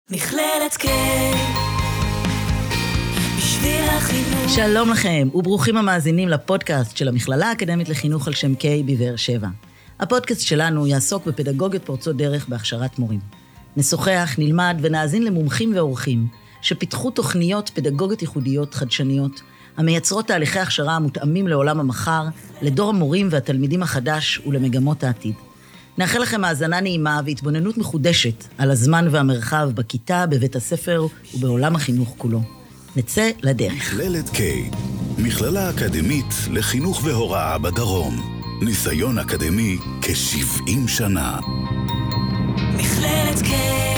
מכללת K בשביל החינוך. שלום לכם וברוכים המאזינים לפודקאסט של המכללה האקדמית לחינוך על שם K בבאר שבע. הפודקאסט שלנו יעסוק בפדגוגיות פורצות דרך בהכשרת מורים. נשוחח, נלמד ונאזין למומחים ואורחים שפיתחו תוכניות פדגוגיות ייחודיות חדשניות, המייצרות תהליכי הכשרה המותאמים לעולם המחר, לדור המורים והתלמידים החדש ולמגמות העתיד. נאחל לכם האזנה נעימה והתבוננות מחודשת על הזמן והמרחב בכיתה, בבית הספר ובעולם החינוך כולו. נצא לדרך. מכללת K, מכללה אקדמית לחינוך והוראה בדרום. ניסיון אקדמי כ-70 שנה. מכללת K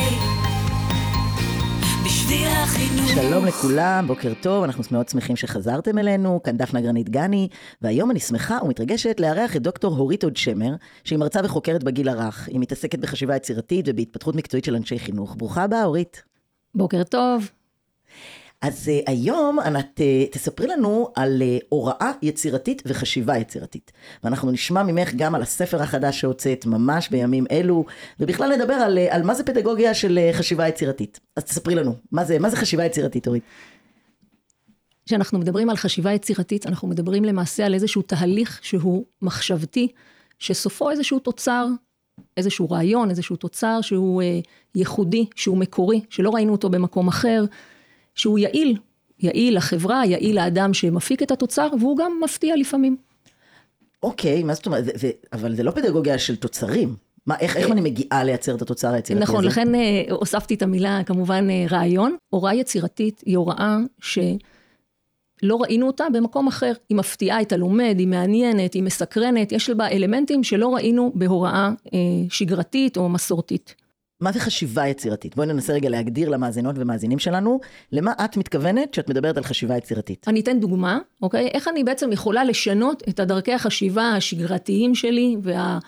בשביל החינוך. שלום לכולם, בוקר טוב, אנחנו מאוד שמחים שחזרתם אלינו, כאן דפנה גרנית גני, והיום אני שמחה ומתרגשת לארח את דוקטור הורית הוד שמר, שהיא מרצה וחוקרת בגיל הרך, היא מתעסקת בחשיבה יצירתית ובהתפתחות מקצועית של אנשי חינוך. ברוכה הבאה, הורית. בוקר טוב. אז היום את תספרי לנו על הוראה יצירתית וחשיבה יצירתית. ואנחנו נשמע ממך גם על הספר החדש שהוצאת ממש בימים אלו, ובכלל נדבר על מה זה פדגוגיה של חשיבה יצירתית. אז תספרי לנו, מה זה חשיבה יצירתית, הורית? כשאנחנו מדברים על חשיבה יצירתית, אנחנו מדברים למעשה על איזשהו תהליך שהוא מחשבתי, שסופו איזשהו תוצר, איזשהו רעיון, איזשהו תוצר שהוא ייחודי, שהוא מקורי, שלא ראינו אותו במקום אחר, שהוא יעיל לחברה, יעיל לאדם שמפיק את התוצר, והוא גם מפתיע לפעמים. אוקיי, מה זאת אומרת? אבל זה לא פדגוגיה של תוצרים. איך אני מגיעה לייצר את התוצר היצירתי הזה? נכון, לכן הוספתי את המילה, כמובן, רעיון. הוראה יצירתית היא הוראה שלא ראינו אותה במקום אחר. היא מפתיעה את הלומד, היא מעניינת, היא מסקרנת, יש בה אלמנטים שלא ראינו בהוראה שגרתית או מסורתית. מה זה חשיבה יצירתית? בואי ננסה רגע להגדיר למאזינות ומאזינים שלנו, למה את מתכוונת שאת מדברת על חשיבה יצירתית? אני אתן דוגמה, אוקיי? איך אני בעצם יכולה לשנות את הדרכי החשיבה השגרתיים שלי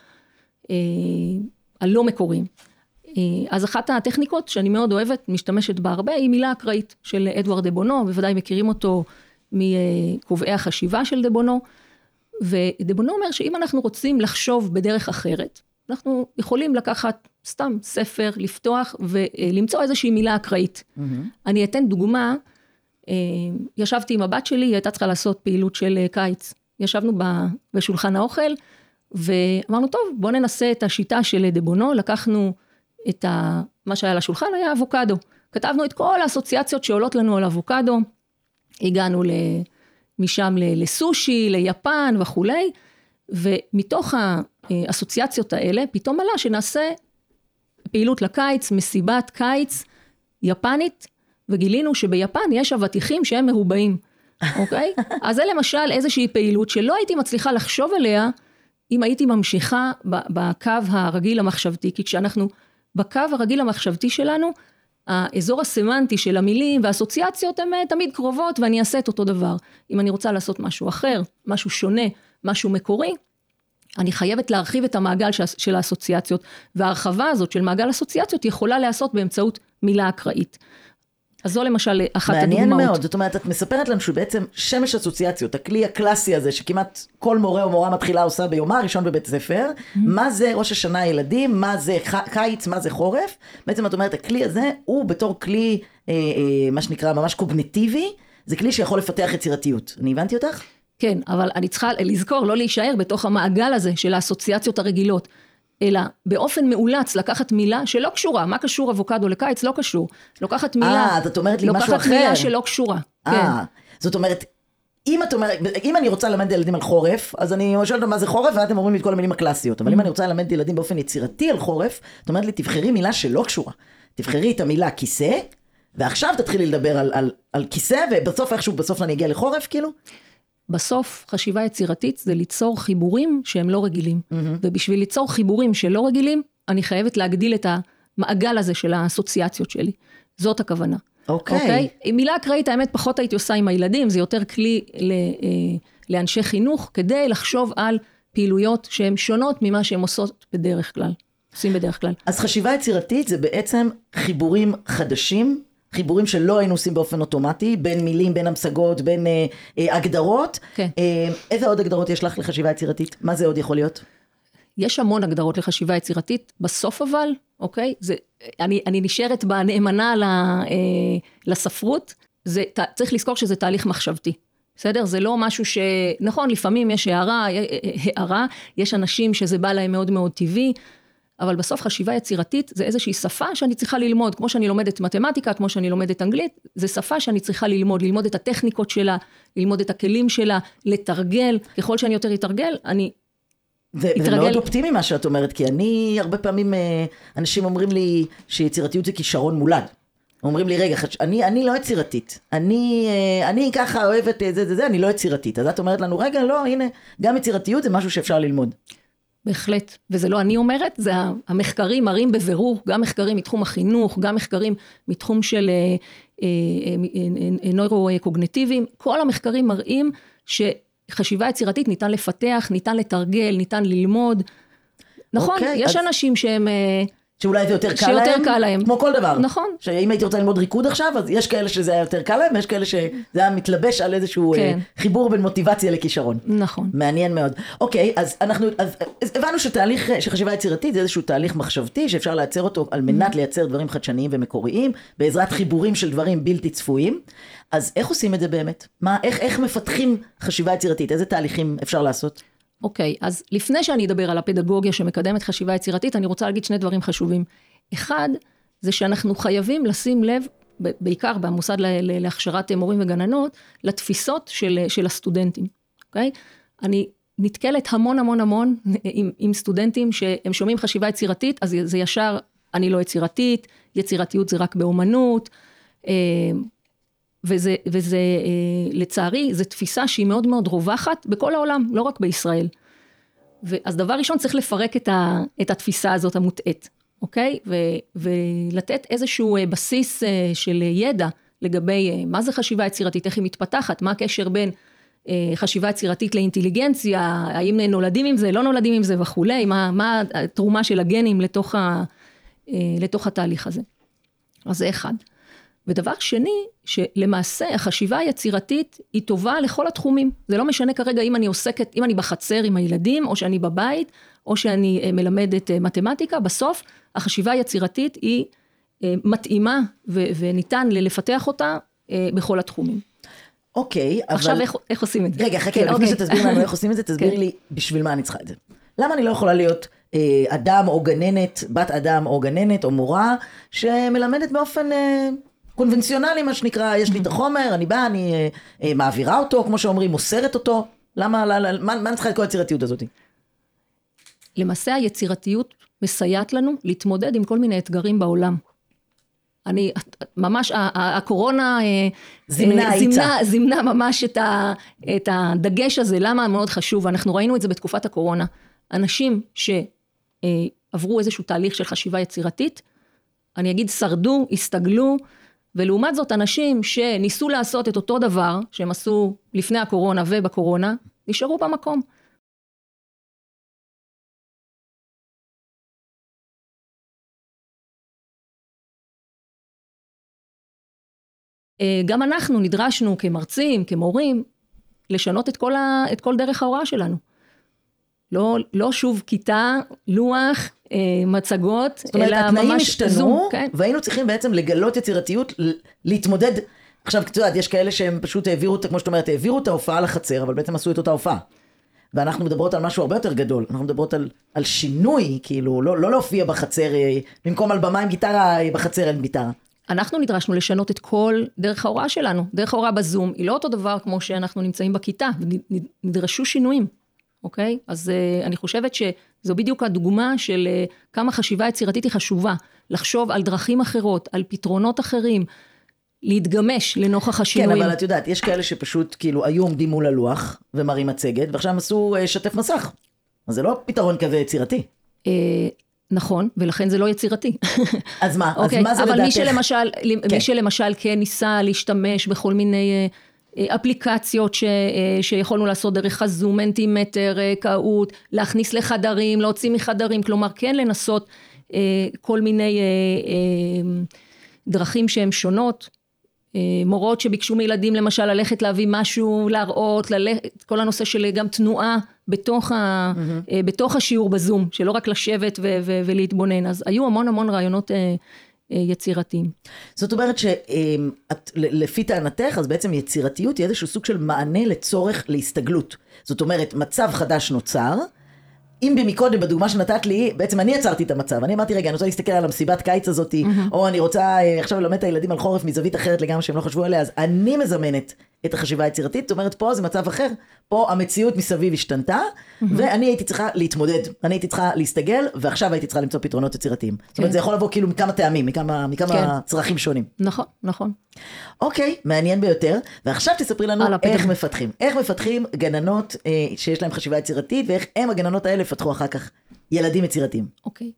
והלא מקוריים. אז אחת הטכניקות שאני מאוד אוהבת, משתמשת בה הרבה, היא מילה אקראית של אדוארד דה בונו, בוודאי מכירים אותו מקובעי החשיבה של דה בונו, ודה בונו אומר שאם אנחנו רוצים לחשוב בדרך אחרת, אנחנו יכולים לקחת סתם ספר, לפתוח ולמצוא איזושהי מילה אקראית. אני אתן דוגמה, ישבתי עם הבת שלי, היא הייתה צריכה לעשות פעילות של קיץ. ישבנו בשולחן האוכל, ואמרנו, טוב, בוא ננסה את השיטה של דה בונו, לקחנו את מה שהיה לשולחן, היה אבוקדו. כתבנו את כל האסוציאציות שעולות לנו על אבוקדו, הגענו משם לסושי, ליפן וכולי, ומתוך האסוציאציות האלה, פתאום עלה שנעשה פעילות לקיץ, מסיבת קיץ יפנית, וגילינו שביפן יש אבטיחים שהם מרובעים, אוקיי? אז זה למשל איזושהי פעילות שלא הייתי מצליחה לחשוב עליה, אם הייתי ממשיכה בקו הרגיל המחשבתי, כי כשאנחנו בקו הרגיל המחשבתי שלנו, האזור הסמנטי של המילים והאסוציאציות הן תמיד קרובות, ואני אעשה את אותו דבר. אם אני רוצה לעשות משהו אחר, משהו שונה, משהו מקורי, אני חייבת להרחיב את המעגל של האסוציאציות, וההרחבה הזאת של מעגל אסוציאציות יכולה לעשות באמצעות מילה אקראית. אז זו למשל אחת הדוגמאות. מעניין מאוד, זאת אומרת, את מספרת לנו שבעצם שמש אסוציאציות, הכלי הקלאסי הזה, שכמעט כל מורה או מורה מתחילה עושה ביומה הראשון בבית ספר, מה זה ראש השנה הילדים, מה זה קיץ, מה זה חורף, בעצם את אומרת, הכלי הזה הוא בתור כלי, מה שנקרא, ממש קוגניטיבי, זה כלי שיכול לפתח יצירתיות. אני הבנתי אותך? כן, אבל אני צריכה לזכור, לא להישאר בתוך המעגל הזה של האסוציאציות הרגילות, אלא באופן מאולץ לקחת מילה שלא קשורה. מה קשור אבוקדו לקיץ? לא קשור. לוקחת מילה, זאת אומרת לי משהו אחר. לוקחת מילה שלא קשורה. כן. זאת אומרת, אם אני רוצה ללמד ילדים על חורף, אז אני שואלת מה זה חורף, ואתם אומרים לי את כל המילים הקלאסיות. אבל אם אני רוצה ללמד ילדים באופן יצירתי על חורף, זאת אומרת לי, תבחרי מילה שלא קשורה. תבחרי את המילה כיסא, ועכשיו תתחילי לדבר על כיסא, ובסוף איכשהו, בסוף אני אגיע לחורף, כאילו? בסוף חשיבה יצירתית זה ליצור חיבורים שהם לא רגילים. ובשביל ליצור חיבורים שלא רגילים, אני חייבת להגדיל את המעגל הזה של האסוציאציות שלי. זאת הכוונה. אוקיי. מילה אקראית, האמת פחות הייתי עושה עם הילדים, זה יותר כלי לאנשי חינוך, כדי לחשוב על פעילויות שהן שונות ממה שהן עושות בדרך כלל. עושים בדרך כלל. אז חשיבה יצירתית זה בעצם חיבורים חדשים, חיבורים שלא היינו עושים באופן אוטומטי, בין מילים, בין המשגות, בין הגדרות. כן. איזה עוד הגדרות יש לך לחשיבה יצירתית? מה זה עוד יכול להיות? יש המון הגדרות לחשיבה יצירתית, בסוף אבל, אוקיי? אני נשארת בנאמנה לספרות, צריך לזכור שזה תהליך מחשבתי. בסדר? זה לא משהו נכון, לפעמים יש הערה, יש אנשים שזה בא להם מאוד מאוד טבעי, אבל בסוף חשיבה יצירתית זה איזושהי שפה שאני צריכה ללמוד, כמו שאני לומדת מתמטיקה, כמו שאני לומדת אנגלית, זה שפה שאני צריכה ללמוד את הטכניקות שלה, ללמוד את הכלים שלה, לתרגל, ככל שאני יותר אתרגל, אני אתרגל. זה מאוד אופטימי מה שאת אומרת, כי אני, הרבה פעמים אנשים אומרים לי שיצירתיות זה כישרון מולד. אומרים לי, רגע, אני לא יצירתית, אני ככה אוהבת זה, אני לא יצירתית. אז את אומרת לנו, רגע, לא, הנה, גם יצירתיות זה משהו שאפשר ללמוד. בהחלט, וזה לא אני אומרת, זה המחקרים מראים בבירור, גם מחקרים מתחום החינוך, גם מחקרים מתחום של נוירו-קוגניטיביים, כל המחקרים מראים שחשיבה יצירתית ניתן לפתח, ניתן לתרגל, ניתן ללמוד. נכון, יש אנשים שהם שאולי זה יותר קל להם, כמו כל דבר. נכון. שאם הייתי רוצה ללמוד ריקוד עכשיו, אז יש כאלה שזה היה יותר קל להם, ויש כאלה שזה היה מתלבש על איזשהו חיבור בין מוטיבציה לכישרון. נכון. מעניין מאוד. אוקיי, אז הבנו שחשיבה יצירתית זה איזשהו תהליך מחשבתי, שאפשר לייצר אותו על מנת לייצר דברים חדשניים ומקוריים, בעזרת חיבורים של דברים בלתי צפויים. אז איך עושים את זה באמת? איך מפתחים חשיבה יצירתית? איזה תהליכים אפשר לעשות? אוקיי, אז לפני שאני אדבר על הפדגוגיה שמקדמת חשיבה יצירתית, אני רוצה להגיד שני דברים חשובים. אחד, זה שאנחנו חייבים לשים לב, בעיקר במוסד להכשרת מורים וגננות, לתפיסות של הסטודנטים. אוקיי? אני נתקלת המון עם סטודנטים שהם שומעים חשיבה יצירתית, אז זה ישר, אני לא יצירתית, יצירתיות זה רק באומנות, וזה לצערי, זו תפיסה שהיא מאוד מאוד רווחת בכל העולם, לא רק בישראל. אז דבר ראשון צריך לפרק את התפיסה הזאת המוטעת, אוקיי? ולתת איזשהו בסיס של ידע לגבי מה זה חשיבה יצירתית, איך היא מתפתחת, מה הקשר בין חשיבה יצירתית לאינטליגנציה, האם נולדים עם זה, לא נולדים עם זה וכולי, מה התרומה של הגנים לתוך התהליך הזה. אז זה אחד. ודבר שני, שלמעשה החשיבה היצירתית היא טובה לכל התחומים. זה לא משנה כרגע אם אני בחצר עם הילדים, או שאני בבית, או שאני מלמדת מתמטיקה, בסוף החשיבה היצירתית היא מתאימה, וניתן לפתח אותה בכל התחומים. אוקיי, אבל... עכשיו איך עושים את זה? רגע, חכה, לפני שתסביר לנו איך עושים את זה, תסבירי לי בשביל מה אני צריכה את זה. למה אני לא יכולה להיות אדם או גננת, בת אדם או גננת או מורה, שמלמדת באופן קונבנציונלי, מה שנקרא, יש לי את החומר, אני באה, אני מעבירה אותו, כמו שאומרים, מוסרת אותו, מה אני צריכה את כל היצירתיות הזאת? למעשה היצירתיות מסייעת לנו להתמודד עם כל מיני אתגרים בעולם. ממש, הקורונה זימנה ממש את הדגש הזה, למה מאוד חשוב, אנחנו ראינו את זה בתקופת הקורונה, אנשים שעברו איזשהו תהליך של חשיבה יצירתית, אני אגיד שרדו, הסתגלו, ולעומת זאת אנשים שניסו לעשות את אותו דבר, שהם עשו לפני הקורונה ובקורונה, נשארו במקום. גם אנחנו נדרשנו כמרצים, כמורים, לשנות את כל דרך ההוראה שלנו. לא שוב כיתה, לוח, מצגות, זאת אומרת, התנאים השתנו, והיינו צריכים בעצם לגלות יצירתיות, להתמודד. עכשיו, יש כאלה שהם פשוט העבירו, כמו שאת אומרת, העבירו את ההופעה לחצר, אבל בעצם עשו את אותה הופעה. ואנחנו מדברות על משהו הרבה יותר גדול, אנחנו מדברות על שינוי, כאילו, לא להופיע בחצר, במקום על במה עם גיטרה, בחצר אין גיטרה. אנחנו נדרשנו לשנות את כל דרך ההוראה שלנו. דרך ההוראה בזום היא לא אותו דבר כמו שאנחנו נמצאים בכיתה, נדרשו שינויים, אוקיי? אז אני חושבת שזו בדיוק הדוגמה של כמה חשיבה יצירתית היא חשובה, לחשוב על דרכים אחרות, על פתרונות אחרים, להתגמש לנוכח השינויים. כן, אבל את יודעת, יש כאלה שפשוט כאילו היו עומדים מול הלוח ומראים מצגת, ועכשיו הם עשו שתף מסך. אז זה לא פתרון כזה יצירתי. נכון, ולכן זה לא יצירתי. אז מה? אז מה זה לדעתך? אבל מי שלמשל כן ניסה להשתמש בכל מיני אפליקציות שיכולנו לעשות דרך הזום, מנטימטר, קהות, להכניס לחדרים, להוציא מחדרים, כלומר כן לנסות כל מיני דרכים שהן שונות, מורות שביקשו מילדים למשל ללכת להביא משהו, להראות, כל הנושא של גם תנועה בתוך השיעור בזום, שלא רק לשבת ולהתבונן. אז היו המון רעיונות יצירתיים. זאת אומרת שלפי טענתך, אז בעצם יצירתיות היא איזשהו סוג של מענה לצורך להסתגלות. זאת אומרת, מצב חדש נוצר, אם במקודם, בדוגמה שנתת לי, בעצם אני יצרתי את המצב. אני אמרתי, רגע, אני רוצה להסתכל על המסיבת קיץ הזאת, או אני רוצה עכשיו ללמד את הילדים על חורף מזווית אחרת לגמרי שהם לא חשבו עליה, אז אני מזמנת את החשיבה היצירתית. זאת אומרת, פה זה מצב אחר. פה המציאות מסביב השתנתה, ואני הייתי צריכה להתמודד. אני הייתי צריכה להסתגל, ועכשיו הייתי צריכה למצוא פתרונות יצירתיים. זאת אומרת, זה יכול לבוא כאילו מכמה טעמים, מכמה צרכים שונים. נכון. אוקיי, מעניין ביותר. ועכשיו תספרי לנו איך מפתחים. איך מפתחים גננות שיש להם חשיבה יצירתית, ואיך הם הגננות האלה יפתחו אחר כך ילדים יצירתיים. אוקיי.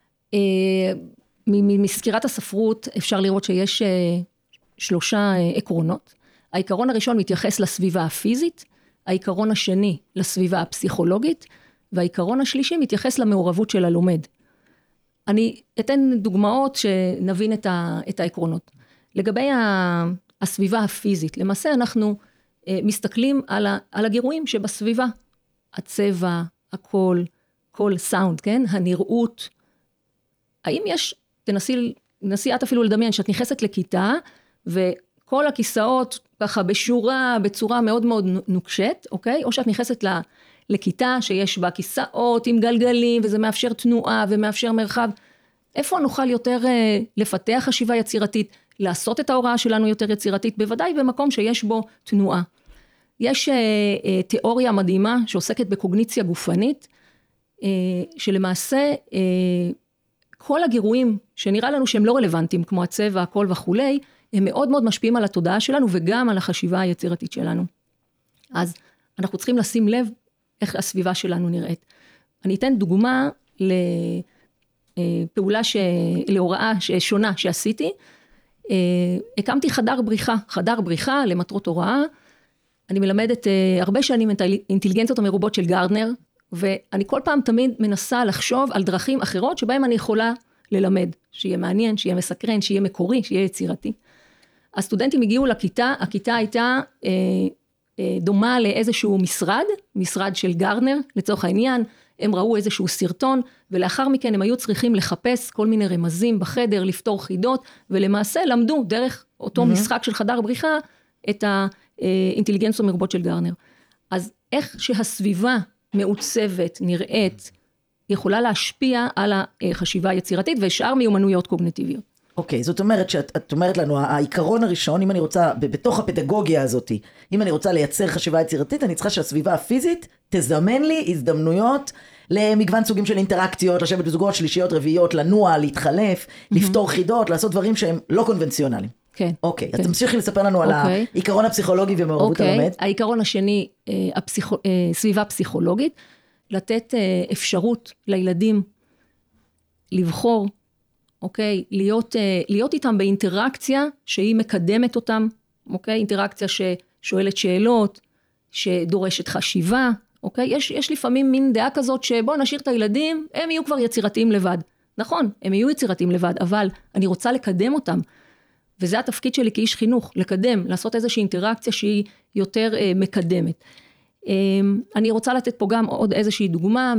מסקירת הספרות אפשר לראות שיש 3 עקרונות. העיקרון הראשון מתייחס לסביבה הפיזית, העיקרון השני לסביבה הפסיכולוגית, והעיקרון השלישי מתייחס למעורבות של הלומד. אני אתן דוגמאות שנבין את העקרונות. לגבי הסביבה הפיזית, למעשה אנחנו מסתכלים על הגירויים שבסביבה. הצבע, הקול, קול סאונד, כן? הנראות. האם יש, תנסי את אפילו לדמיין, שאת נכנסת לכיתה, וכל הכיסאות ככה בשורה, בצורה מאוד מאוד נוקשת, אוקיי? או שאת נכנסת לכיתה שיש בה כיסאות עם גלגלים, וזה מאפשר תנועה ומאפשר מרחב. איפה נוכל יותר לפתח חשיבה יצירתית, לעשות את ההוראה שלנו יותר יצירתית, בוודאי במקום שיש בו תנועה. יש תיאוריה מדהימה שעוסקת בקוגניציה גופנית, שלמעשה כל הגירויים שנראה לנו שהם לא רלוונטיים, כמו הצבע, הקול וכולי, הם מאוד מאוד משפיעים על התודעה שלנו וגם על החשיבה היצירתית שלנו. אז אנחנו צריכים לשים לב איך הסביבה שלנו נראית. אני אתן דוגמה לפעולה, להוראה שונה שעשיתי. הקמתי חדר בריחה למטרות הוראה. אני מלמדת הרבה שנים את האינטליגנציות המרובות של גרדנר, ואני כל פעם תמיד מנסה לחשוב על דרכים אחרות שבהם אני יכולה ללמד, שיהיה מעניין, שיהיה מסקרן, שיהיה מקורי, שיהיה יצירתי. הסטודנטים הגיעו לכיתה, הכיתה הייתה דומה לאיזשהו משרד של גרדנר, לצורך העניין, הם ראו איזשהו סרטון, ולאחר מכן הם היו צריכים לחפש כל מיני רמזים בחדר, לפתור חידות, ולמעשה למדו דרך אותו משחק של חדר בריחה, את האינטליגנציות המרובות של גרדנר. אז איך שהסביבה מעוצבת, נראית, יכולה להשפיע על החשיבה היצירתית, ושאר מיומנויות קוגניטיביות. אוקיי, זאת אומרת שאת אומרת לנו, העיקרון הראשון, אם אני רוצה, בתוך הפדגוגיה הזאת, אם אני רוצה לייצר חשיבה יצירתית, אני צריכה שהסביבה הפיזית תזמן לי הזדמנויות למגוון סוגים של אינטראקציות, לשבת בזוגות, שלישיות, רביעיות, לנוע, להתחלף, לפתור חידות, לעשות דברים שהם לא קונבנציונליים. כן. אוקיי, אז תמשיכי לספר לנו על העיקרון הפסיכולוגי ומעורבות הלומד. העיקרון השני, סביבה פסיכולוגית, לתת אפשרות לילדים לבחור, אוקיי, להיות איתם באינטראקציה שהיא מקדמת אותם, אוקיי, אינטראקציה ששואלת שאלות, שדורשת חשיבה, אוקיי, יש לפעמים מין דעה כזאת שבוא נשאיר את הילדים, הם יהיו כבר יצירתיים לבד. נכון, הם יהיו יצירתיים לבד, אבל אני רוצה לקדם אותם, וזה התפקיד שלי כאיש חינוך, לקדם, לעשות איזושהי אינטראקציה שהיא יותר מקדמת. אני רוצה לתת פה גם עוד איזושהי דוגמה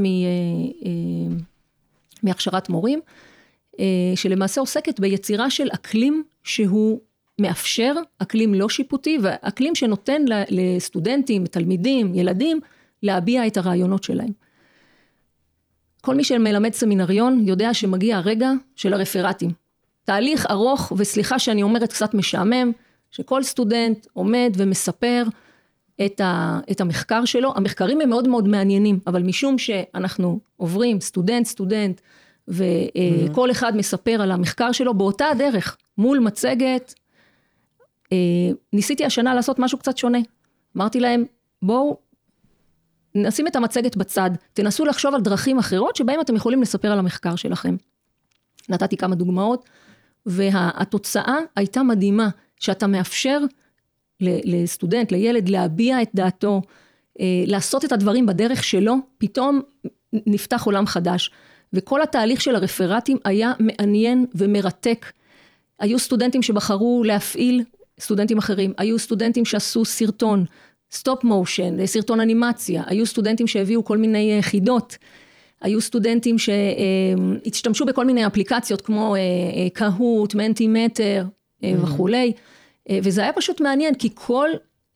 מהכשרת מורים, שלמעשה עוסקת ביצירה של אקלים שהוא מאפשר, אקלים לא שיפוטי, ואקלים שנותן לסטודנטים, תלמידים, ילדים, להביע את הרעיונות שלהם. כל מי שמלמד סמינריון יודע שמגיע הרגע של הרפרטים. תהליך ארוך, וסליחה שאני אומרת קצת משעמם, שכל סטודנט עומד ומספר את המחקר שלו. המחקרים הם מאוד מאוד מעניינים, אבל משום שאנחנו עוברים סטודנט, וכל אחד מספר על המחקר שלו באותה הדרך, מול מצגת, ניסיתי השנה לעשות משהו קצת שונה. אמרתי להם, בואו נשים את המצגת בצד, תנסו לחשוב על דרכים אחרות, שבהם אתם יכולים לספר על המחקר שלכם. נתתי כמה דוגמאות, והתוצאה הייתה מדהימה, שאתה מאפשר לסטודנט, לילד, להביע את דעתו, לעשות את הדברים בדרך שלו, פתאום נפתח עולם חדש. וכל התהליך של הרפרטים היה מעניין ומרתק. היו סטודנטים שבחרו להפעיל סטודנטים אחרים, היו סטודנטים שעשו סרטון, סטופ מושן, סרטון אנימציה, היו סטודנטים שהביאו כל מיני חידות, היו סטודנטים שהשתמשו בכל מיני אפליקציות כמו קהוט, מנטימטר וכולי, וזה היה פשוט מעניין, כי כל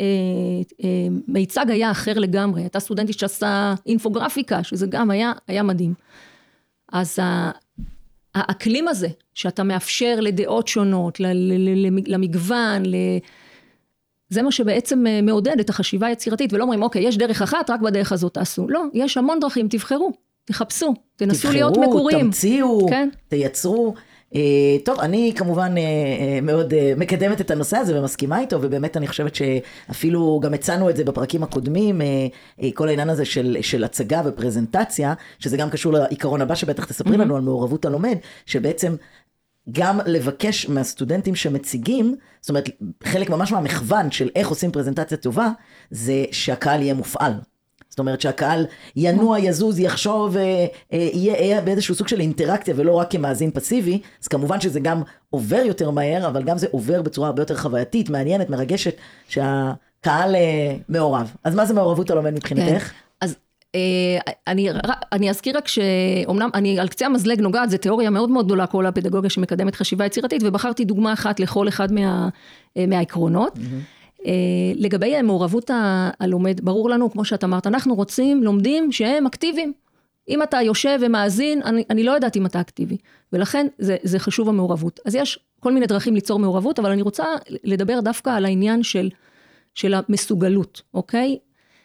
מיצג היה אחר לגמרי, הייתה סטודנטית שעשה אינפוגרפיקה, שזה גם היה מדהים. אז האקלים הזה, שאתה מאפשר לדעות שונות, למגוון, זה מה שבעצם מעודד את החשיבה היצירתית, ולא אומרים, אוקיי, יש דרך אחת, רק בדרך הזאת תעשו. לא, יש המון דרכים, תבחרו, תחפשו, תנסו להיות מקוריים. תמציאו, כן. תייצרו. טוב, אני כמובן מאוד מקדמת את הנושא הזה ומסכימה איתו, ובאמת אני חושבת שאפילו גם הצענו את זה בפרקים הקודמים, כל העניין הזה של הצגה ופרזנטציה, שזה גם קשור לעיקרון הבא שבטח תספרי לנו על מעורבות הלומד, שבעצם גם לבקש מהסטודנטים שמציגים, זאת אומרת, חלק ממש מהמכוון של איך עושים פרזנטציה טובה, זה שהקהל יהיה מופעל. זאת אומרת שהקהל ינוע, יזוז, יחשוב, יהיה באיזשהו סוג של אינטראקציה, ולא רק כמאזין פסיבי, אז כמובן שזה גם עובר יותר מהר, אבל גם זה עובר בצורה הרבה יותר חווייתית, מעניינת, מרגשת, שהקהל מעורב. אז מה זה מעורבות הלומד מבחינתך? אז אני אזכיר רק שאומנם אני על קצה המזלג נוגעת, זה תיאוריה מאוד מאוד גדולה, כל הפדגוגיה שמקדמת חשיבה יצירתית, ובחרתי דוגמה אחת לכל אחד מהעקרונות. לגבי מעורבות הלומד, ברור לנו, כמו שאת אמרת, אנחנו רוצים לומדים שהם אקטיביים. אם אתה יושב ומאזין, אני לא יודעת אם אתה אקטיבי, ולכן זה חשוב המעורבות. אז יש כל מיני דרכים ליצור מעורבות, אבל אני רוצה לדבר דווקא על העניין של המסוגלות, אוקיי?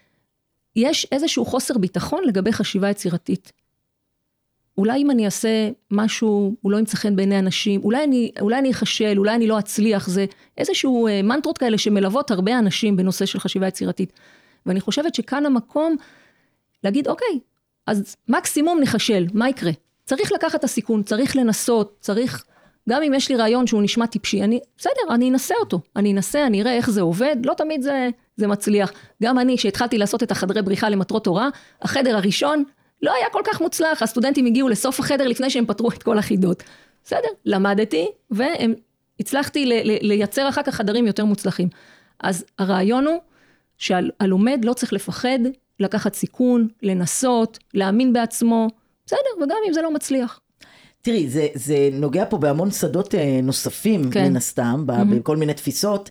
יש איזשהו חוסר ביטחון לגבי חשיבה יצירתית. אולי אם אני אעשה משהו, הוא לא ימצא חן בעיני אנשים, אולי אני אחשל, אולי אני לא אצליח, זה איזשהו מנטרות כאלה שמלוות הרבה אנשים בנושא של חשיבה יצירתית. ואני חושבת שכאן המקום להגיד, אוקיי, אז מקסימום נחשל, מה יקרה? צריך לקחת את הסיכון, צריך לנסות, צריך, גם אם יש לי רעיון שהוא נשמע טיפשי, בסדר, אני אנסה אותו, אני אראה איך זה עובד, לא תמיד זה מצליח. גם אני, שהתחלתי לעשות את החדרי בריחה למטרות תורה, החדר הראשון, לא היה כל כך מוצלח, הסטודנטים הגיעו לסוף החדר לפני שהם פתרו את כל החידות. בסדר, למדתי, והצלחתי לייצר אחר כך חדרים יותר מוצלחים. אז הרעיון הוא שהלומד לא צריך לפחד, לקחת סיכון, לנסות, להאמין בעצמו, בסדר, וגם אם זה לא מצליח. תראי, זה נוגע פה בהמון שדות נוספים, מן הסתם, בכל מיני תפיסות.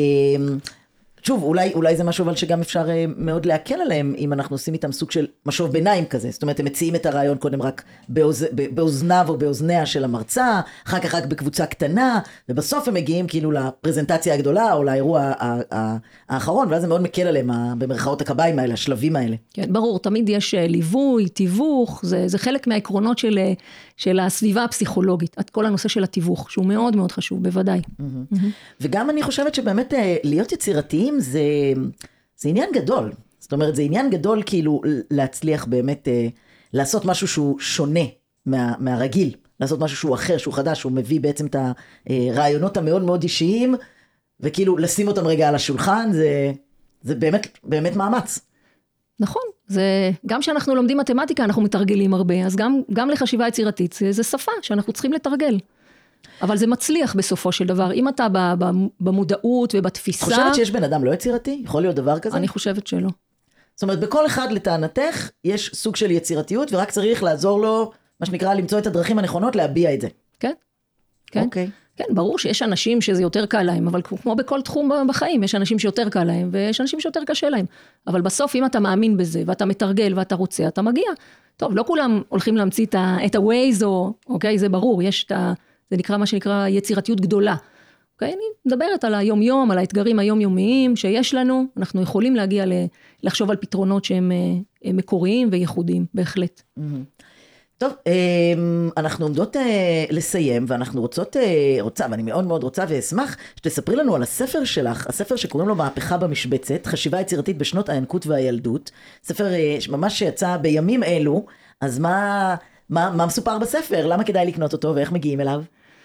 שוב, אולי זה משהו אבל שגם אפשר מאוד להקל עליהם, אם אנחנו עושים איתם סוג של משוב ביניים כזה. זאת אומרת, הם מציעים את הרעיון קודם רק באוזניו או באוזניה של המרצה, אחר כך רק בקבוצה קטנה, ובסוף הם מגיעים כאילו לפרזנטציה הגדולה, או לאירוע האחרון, ואז זה מאוד מקל עליהם, במרכאות הקביים האלה, השלבים האלה. כן, ברור, תמיד יש ליווי, תיווך, זה חלק מהעקרונות של הסביבה הפסיכולוגית, כל הנושא של התיווך, שהוא מאוד מאוד חשוב, בוודאי. וגם אני חושבת שבאמת להיות יצירתיים זה עניין גדול. זאת אומרת, זה עניין גדול כאילו להצליח באמת לעשות משהו שהוא שונה מהרגיל, לעשות משהו שהוא אחר, שהוא חדש, שהוא מביא בעצם את הרעיונות המאוד מאוד אישיים, וכאילו לשים אותם רגע על השולחן, זה באמת מאמץ. נכון, גם כשאנחנו לומדים מתמטיקה אנחנו מתרגלים הרבה, אז גם לחשיבה יצירתית זה שפה שאנחנו צריכים לתרגל. אבל זה מצליח בסופו של דבר, אם אתה במודעות ובתפיסה. חושבת שיש בן אדם לא יצירתי? יכול להיות דבר כזה? אני חושבת שלא. זאת אומרת, בכל אחד לטענתך יש סוג של יצירתיות, ורק צריך לעזור לו, מה שנקרא, למצוא את הדרכים הנכונות להביע את זה. כן, כן. אוקיי. כן, ברור שיש אנשים שזה יותר קל להם, אבל כמו בכל תחום בחיים, יש אנשים שיותר קל להם, ויש אנשים שיותר קשה להם. אבל בסוף, אם אתה מאמין בזה, ואתה מתרגל, ואתה רוצה, אתה מגיע. טוב, לא כולם הולכים להמציא את ה-Waze, אוקיי, זה ברור, זה נקרא מה שנקרא יצירתיות גדולה. אוקיי, אני מדברת על היום-יום, על האתגרים היומיומיים שיש לנו, אנחנו יכולים להגיע לחשוב על פתרונות שהם מקוריים וייחודיים, בהחלט. טוב, אנחנו עומדות לסיים, ואנחנו ואני מאוד מאוד רוצה ואשמח, שתספרי לנו על הספר שלך, הספר שקוראים לו מהפכה במשבצת, חשיבה יצירתית בשנות הינקות והילדות, ספר ממש שיצא בימים אלו, אז מה מסופר בספר? למה כדאי לקנות אותו ואיך מגיעים אליו?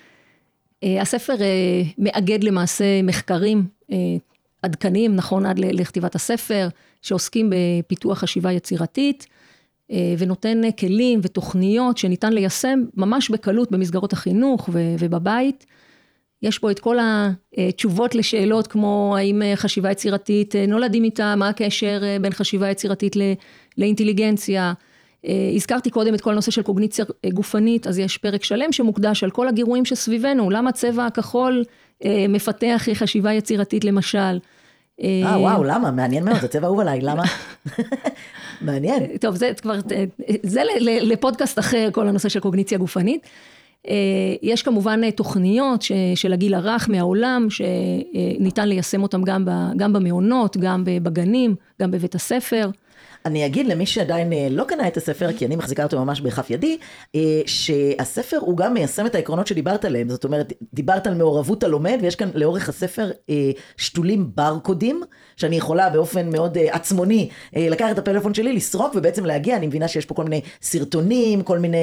הספר מאגד למעשה מחקרים עדכניים, נכון, עד לכתיבת הספר, שעוסקים בפיתוח חשיבה יצירתית, ונותן כלים ותוכניות שניתן ליישם ממש בקלות במסגרות החינוך ובבית. יש פה את כל התשובות לשאלות, כמו האם חשיבה יצירתית נולדים איתה, מה הקשר בין חשיבה יצירתית לאינטליגנציה. הזכרתי קודם את כל הנושא של קוגניציה גופנית, אז יש פרק שלם שמוקדש על כל הגירויים שסביבנו, למה צבע הכחול מפתח חשיבה יצירתית למשל. וואו, למה? מעניין מאוד, זה צבע אהוב עליי, למה? מעניין. טוב, זה לפודקאסט אחר, כל הנושא של קוגניציה גופנית. יש כמובן תוכניות של הגיל הרך מהעולם, שניתן ליישם אותם גם במעונות, גם בגנים, גם בבית הספר. אני אגיד למי שעדיין לא קנה את הספר, כי אני מחזיקה אותו ממש בכף ידי, שהספר הוא גם מיישם את העקרונות שדיברת עליהם, זאת אומרת, דיברת על מעורבות הלומד, ויש כאן לאורך הספר שתולים ברקודים, שאני יכולה באופן מאוד עצמוני לקחת את הפלאפון שלי, לסרוק ובעצם להגיע, אני מבינה שיש פה כל מיני סרטונים, כל מיני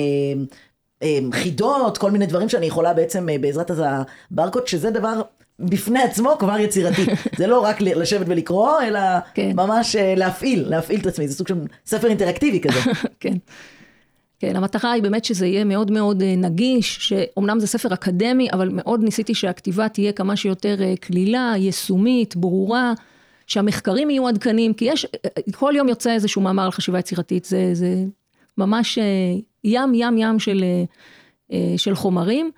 חידות, כל מיני דברים שאני יכולה בעצם בעזרת הברקוד, שזה דבר בפני עצמו כבר יצירתי. זה לא רק לשבת ולקרוא, אלא ממש להפעיל את עצמי. זה סוג של ספר אינטראקטיבי כזה. כן. כן, המטרה היא באמת שזה יהיה מאוד מאוד נגיש, שאומנם זה ספר אקדמי, אבל מאוד ניסיתי שהכתיבה תהיה כמה שיותר כלילה, יישומית, ברורה, שהמחקרים יהיו עדכניים, כי כל יום יוצא איזשהו מאמר על חשיבה יצירתית, זה ממש ים של חומרים,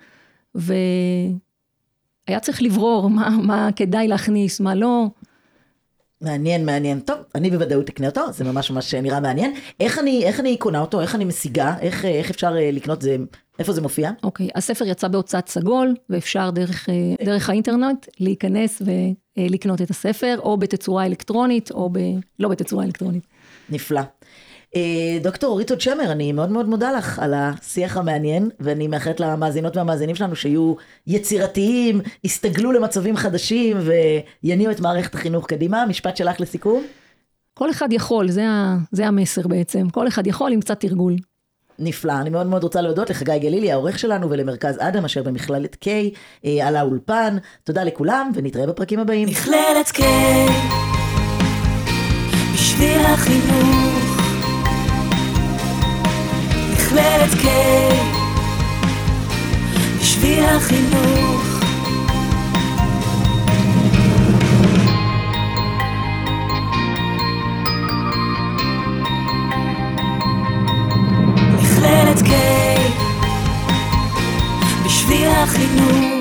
היה צריך לברור מה כדאי להכניס, מה לא. מעניין. טוב, אני בוודאות אקנה אותו, זה ממש נראה מעניין. איך אני קונה אותו? איך אני משיגה? איך אפשר לקנות זה? איפה זה מופיע? אוקיי, הספר יצא בהוצאת סגול, ואפשר דרך האינטרנט להיכנס ולקנות את הספר, או בתצורה אלקטרונית, או לא בתצורה אלקטרונית. נפלא. דוקטור אורית הוד שמר, אני מאוד מאוד מודה לך על השיח המעניין, ואני מאחלת למאזינות והמאזינים שלנו שיהיו יצירתיים, יסתגלו למצבים חדשים, ויניעו את מערכת החינוך קדימה. משפט שלך לסיכום? כל אחד יכול, זה המסר בעצם, כל אחד יכול עם קצת תרגול. נפלא, אני מאוד מאוד רוצה להודות לחגי גלילי, העורך שלנו, ולמרכז אדם, אשר במכללת K, על האולפן. תודה לכולם, ונתראה בפרקים הבאים. מכללת K, בשביל החינוך. מכללת K, בשביל החינוך. מכללת K, בשביל החינוך.